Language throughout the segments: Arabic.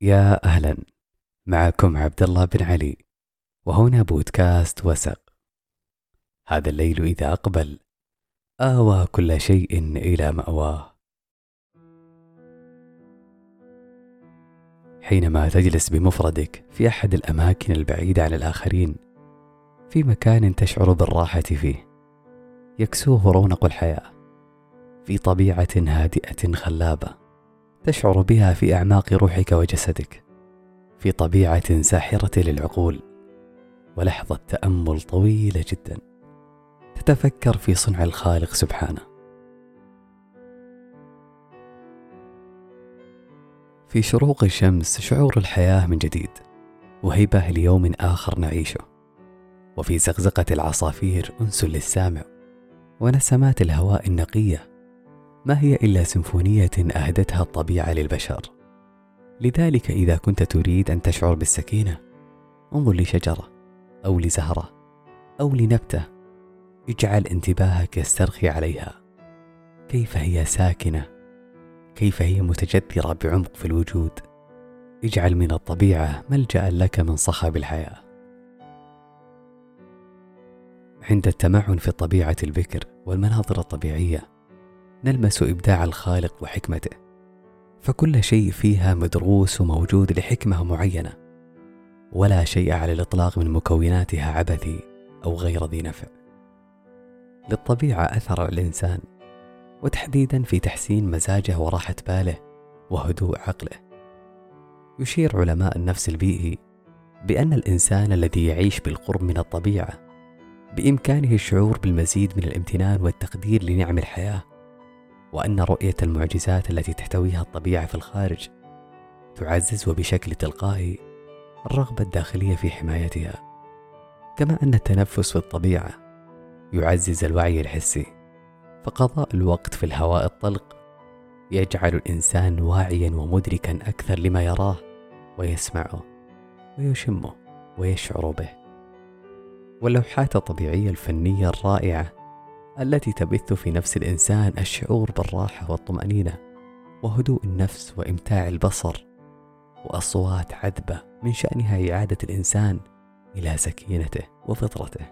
يا أهلا، معكم عبد الله بن علي، وهنا بودكاست وسق. هذا الليل إذا أقبل آوى كل شيء إلى مأواه. حينما تجلس بمفردك في أحد الأماكن البعيدة عن الآخرين، في مكان تشعر بالراحة فيه، يكسوه رونق الحياة، في طبيعة هادئة خلابة تشعر بها في أعماق روحك وجسدك، في طبيعة ساحرة للعقول، ولحظة تأمل طويلة جدا تتفكر في صنع الخالق سبحانه. في شروق الشمس شعور الحياة من جديد، وهيبة ليوم آخر نعيشه، وفي زقزقة العصافير أنس للسامع، ونسمات الهواء النقية ما هي إلا سيمفونية أهدتها الطبيعة للبشر. لذلك إذا كنت تريد أن تشعر بالسكينة، انظر لشجرة أو لزهرة أو لنبتة، اجعل انتباهك يسترخي عليها، كيف هي ساكنة، كيف هي متجذرة بعمق في الوجود. اجعل من الطبيعة ملجأ لك من صخب الحياة. عند التمعن في طبيعة البكر والمناظر الطبيعية نلمس إبداع الخالق وحكمته، فكل شيء فيها مدروس وموجود لحكمة معينة، ولا شيء على الإطلاق من مكوناتها عبثي أو غير ذي نفع. للطبيعة أثر على الإنسان، وتحديدا في تحسين مزاجه وراحة باله وهدوء عقله. يشير علماء النفس البيئي بأن الإنسان الذي يعيش بالقرب من الطبيعة بإمكانه الشعور بالمزيد من الامتنان والتقدير لنعم الحياة، وأن رؤية المعجزات التي تحتويها الطبيعة في الخارج تعزز وبشكل تلقائي الرغبة الداخلية في حمايتها. كما أن التنفس في الطبيعة يعزز الوعي الحسي، فقضاء الوقت في الهواء الطلق يجعل الإنسان واعيا ومدركا أكثر لما يراه ويسمعه ويشمه ويشعر به. واللوحات الطبيعية الفنية الرائعة التي تبث في نفس الإنسان الشعور بالراحة والطمأنينة وهدوء النفس وإمتاع البصر، وأصوات عذبة من شأنها إعادة الإنسان إلى سكينته وفطرته.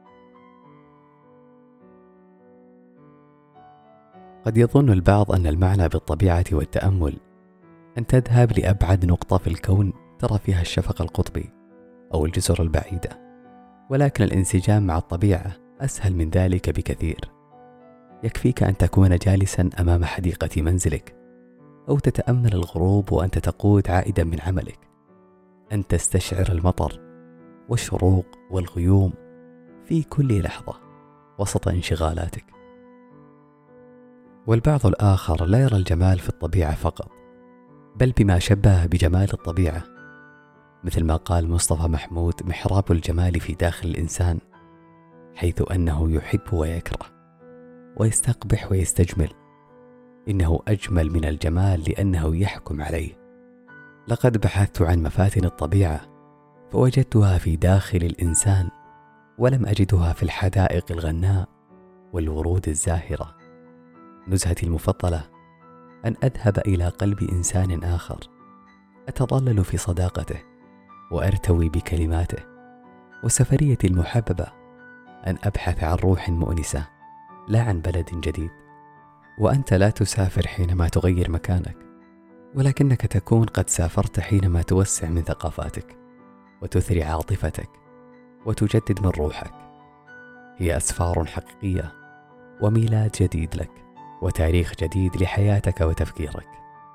قد يظن البعض أن المعنى بالطبيعة والتأمل أن تذهب لأبعد نقطة في الكون ترى فيها الشفق القطبي أو الجزر البعيدة، ولكن الانسجام مع الطبيعة أسهل من ذلك بكثير. يكفيك أن تكون جالسا أمام حديقة منزلك، أو تتأمل الغروب وأنت تقود عائدا من عملك، أن تستشعر المطر والشروق والغيوم في كل لحظة وسط انشغالاتك. والبعض الآخر لا يرى الجمال في الطبيعة فقط، بل بما شبه بجمال الطبيعة، مثل ما قال مصطفى محمود: محراب الجمال في داخل الإنسان، حيث أنه يحب ويكره ويستقبح ويستجمل. إنه أجمل من الجمال لأنه يحكم عليه. لقد بحثت عن مفاتن الطبيعة فوجدتها في داخل الإنسان، ولم أجدها في الحدائق الغناء والورود الزاهرة. نزهتي المفضلة أن أذهب إلى قلب إنسان آخر، أتظلل في صداقته وأرتوي بكلماته. وسفريتي المحببة أن أبحث عن روح مؤنسة لا عن بلد جديد. وأنت لا تسافر حينما تغير مكانك، ولكنك تكون قد سافرت حينما توسع من ثقافاتك وتثري عاطفتك وتجدد من روحك. هي أسفار حقيقية وميلاد جديد لك وتاريخ جديد لحياتك وتفكيرك.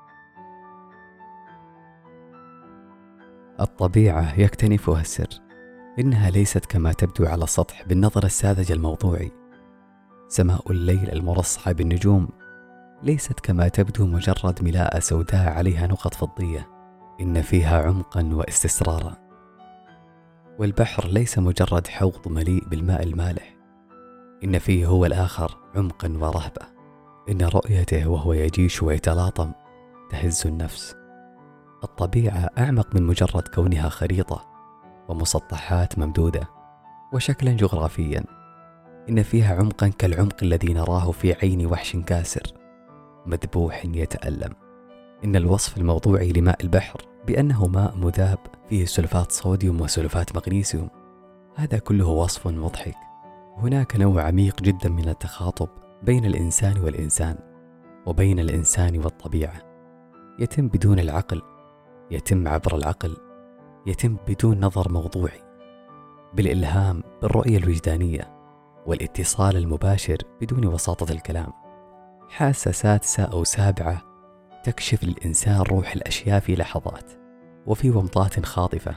الطبيعة يكتنفها السر، إنها ليست كما تبدو على السطح بالنظر الساذج الموضوعي. سماء الليل المرصعة بالنجوم ليست كما تبدو مجرد ملاءة سوداء عليها نقط فضية، إن فيها عمقا واستسرارا. والبحر ليس مجرد حوض مليء بالماء المالح، إن فيه هو الآخر عمقا ورهبة، إن رؤيته وهو يجيش ويتلاطم تهز النفس. الطبيعة أعمق من مجرد كونها خريطة ومسطحات ممدودة وشكلا جغرافيا، إن فيها عمقا كالعمق الذي نراه في عين وحش كاسر مذبوح يتألم. إن الوصف الموضوعي لماء البحر بأنه ماء مذاب فيه سلفات صوديوم وسلفات مغنيسيوم، هذا كله وصف مضحك. هناك نوع عميق جدا من التخاطب بين الإنسان والإنسان، وبين الإنسان والطبيعة، يتم بدون العقل، يتم عبر العقل، يتم بدون نظر موضوعي، بالإلهام، بالرؤية الوجدانية، والاتصال المباشر بدون وساطة الكلام. حاسة سادسة أو سابعة تكشف للإنسان روح الأشياء في لحظات وفي ومضات خاطفة.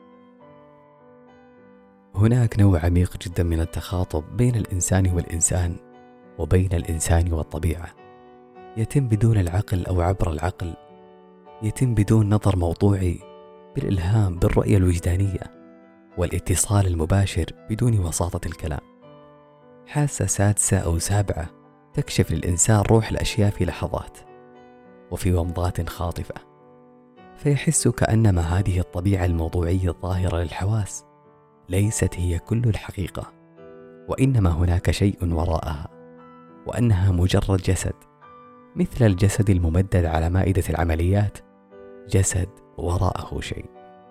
هناك نوع عميق جدا من التخاطب بين الإنسان والإنسان، وبين الإنسان والطبيعة، يتم بدون العقل أو عبر العقل، يتم بدون نظر موضوعي، بالإلهام، بالرؤية الوجدانية، والاتصال المباشر بدون وساطة الكلام. حاسة سادسة أو سابعة تكشف للإنسان روح الأشياء في لحظات وفي ومضات خاطفة، فيحس كأنما هذه الطبيعة الموضوعية الظاهرة للحواس ليست هي كل الحقيقة، وإنما هناك شيء وراءها، وأنها مجرد جسد، مثل الجسد الممدد على مائدة العمليات، جسد وراءه شيء.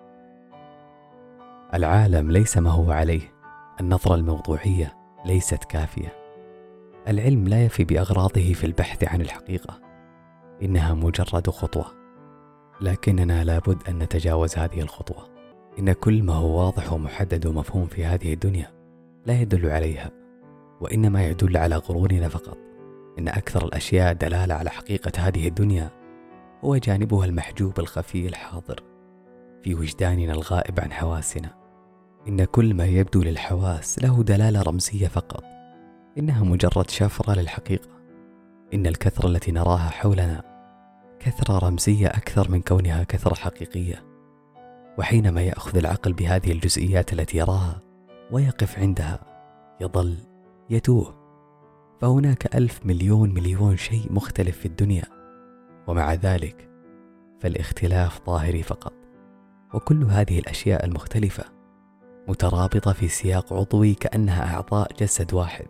العالم ليس ما هو عليه، النظرة الموضوعية ليست كافية. العلم لا يفي بأغراضه في البحث عن الحقيقة، إنها مجرد خطوة، لكننا لابد أن نتجاوز هذه الخطوة. إن كل ما هو واضح ومحدد ومفهوم في هذه الدنيا لا يدل عليها، وإنما يدل على غرورنا فقط. إن أكثر الأشياء دلالة على حقيقة هذه الدنيا هو جانبها المحجوب الخفي الحاضر في وجداننا الغائب عن حواسنا. إن كل ما يبدو للحواس له دلالة رمزية فقط، إنها مجرد شفرة للحقيقة. إن الكثرة التي نراها حولنا كثرة رمزية أكثر من كونها كثرة حقيقية. وحينما يأخذ العقل بهذه الجزئيات التي يراها ويقف عندها، يظل يتوه، فهناك 1000 مليون شيء مختلف في الدنيا، ومع ذلك فالاختلاف ظاهري فقط، وكل هذه الأشياء المختلفة مترابطة في سياق عضوي كأنها أعضاء جسد واحد.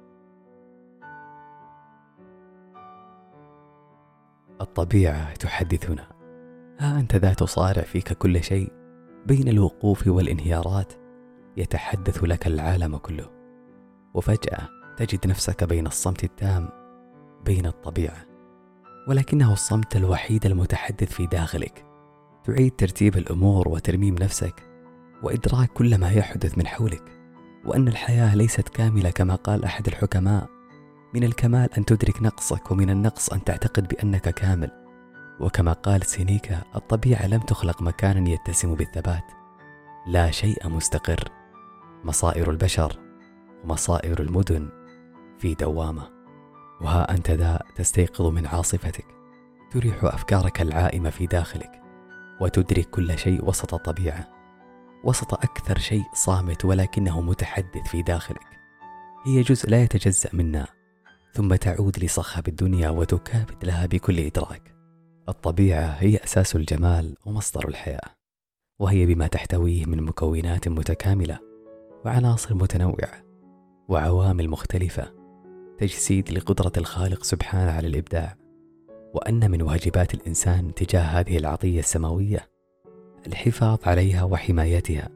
الطبيعة تحدثنا: ها أنت ذا تصارع فيك كل شيء، بين الوقوف والانهيارات يتحدث لك العالم كله، وفجأة تجد نفسك بين الصمت التام، بين الطبيعة، ولكنه الصمت الوحيد المتحدث في داخلك. تعيد ترتيب الأمور وترميم نفسك، وإدراك كل ما يحدث من حولك، وأن الحياة ليست كاملة كما قال أحد الحكماء: من الكمال أن تدرك نقصك، ومن النقص أن تعتقد بأنك كامل. وكما قال سينيكا: الطبيعة لم تخلق مكانا يتسم بالثبات، لا شيء مستقر، مصائر البشر ومصائر المدن في دوامة. وها أنت ذا تستيقظ من عاصفتك، تريح أفكارك العائمة في داخلك، وتدرك كل شيء وسط الطبيعة، وسط أكثر شيء صامت ولكنه متحدث في داخلك. هي جزء لا يتجزأ منا، ثم تعود لصخب الدنيا وتكابد لها بكل إدراك. الطبيعة هي أساس الجمال ومصدر الحياة، وهي بما تحتويه من مكونات متكاملة وعناصر متنوعة وعوامل مختلفة، تجسيد لقدرة الخالق سبحانه على الإبداع. وأن من واجبات الإنسان تجاه هذه العطية السماوية الحفاظ عليها وحمايتها.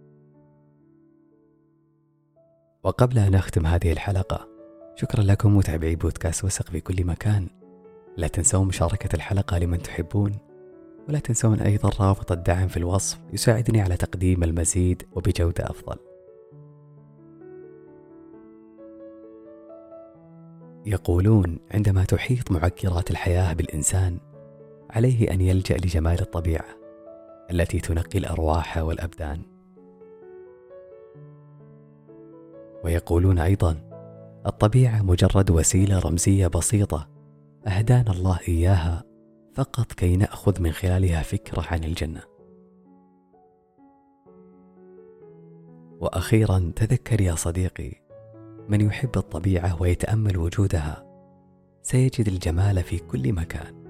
وقبل أن أختم هذه الحلقة، شكرا لكم متابعي بودكاست وسق في كل مكان. لا تنسوا مشاركة الحلقة لمن تحبون، ولا تنسون أيضا رابط الدعم في الوصف، يساعدني على تقديم المزيد وبجودة أفضل. يقولون عندما تحيط معكرات الحياة بالإنسان عليه أن يلجأ لجمال الطبيعة التي تنقي الأرواح والأبدان. ويقولون أيضا: الطبيعة مجرد وسيلة رمزية بسيطة أهدانا الله إياها فقط كي نأخذ من خلالها فكرة عن الجنة. وأخيرا تذكر يا صديقي، من يحب الطبيعة ويتأمل وجودها سيجد الجمال في كل مكان.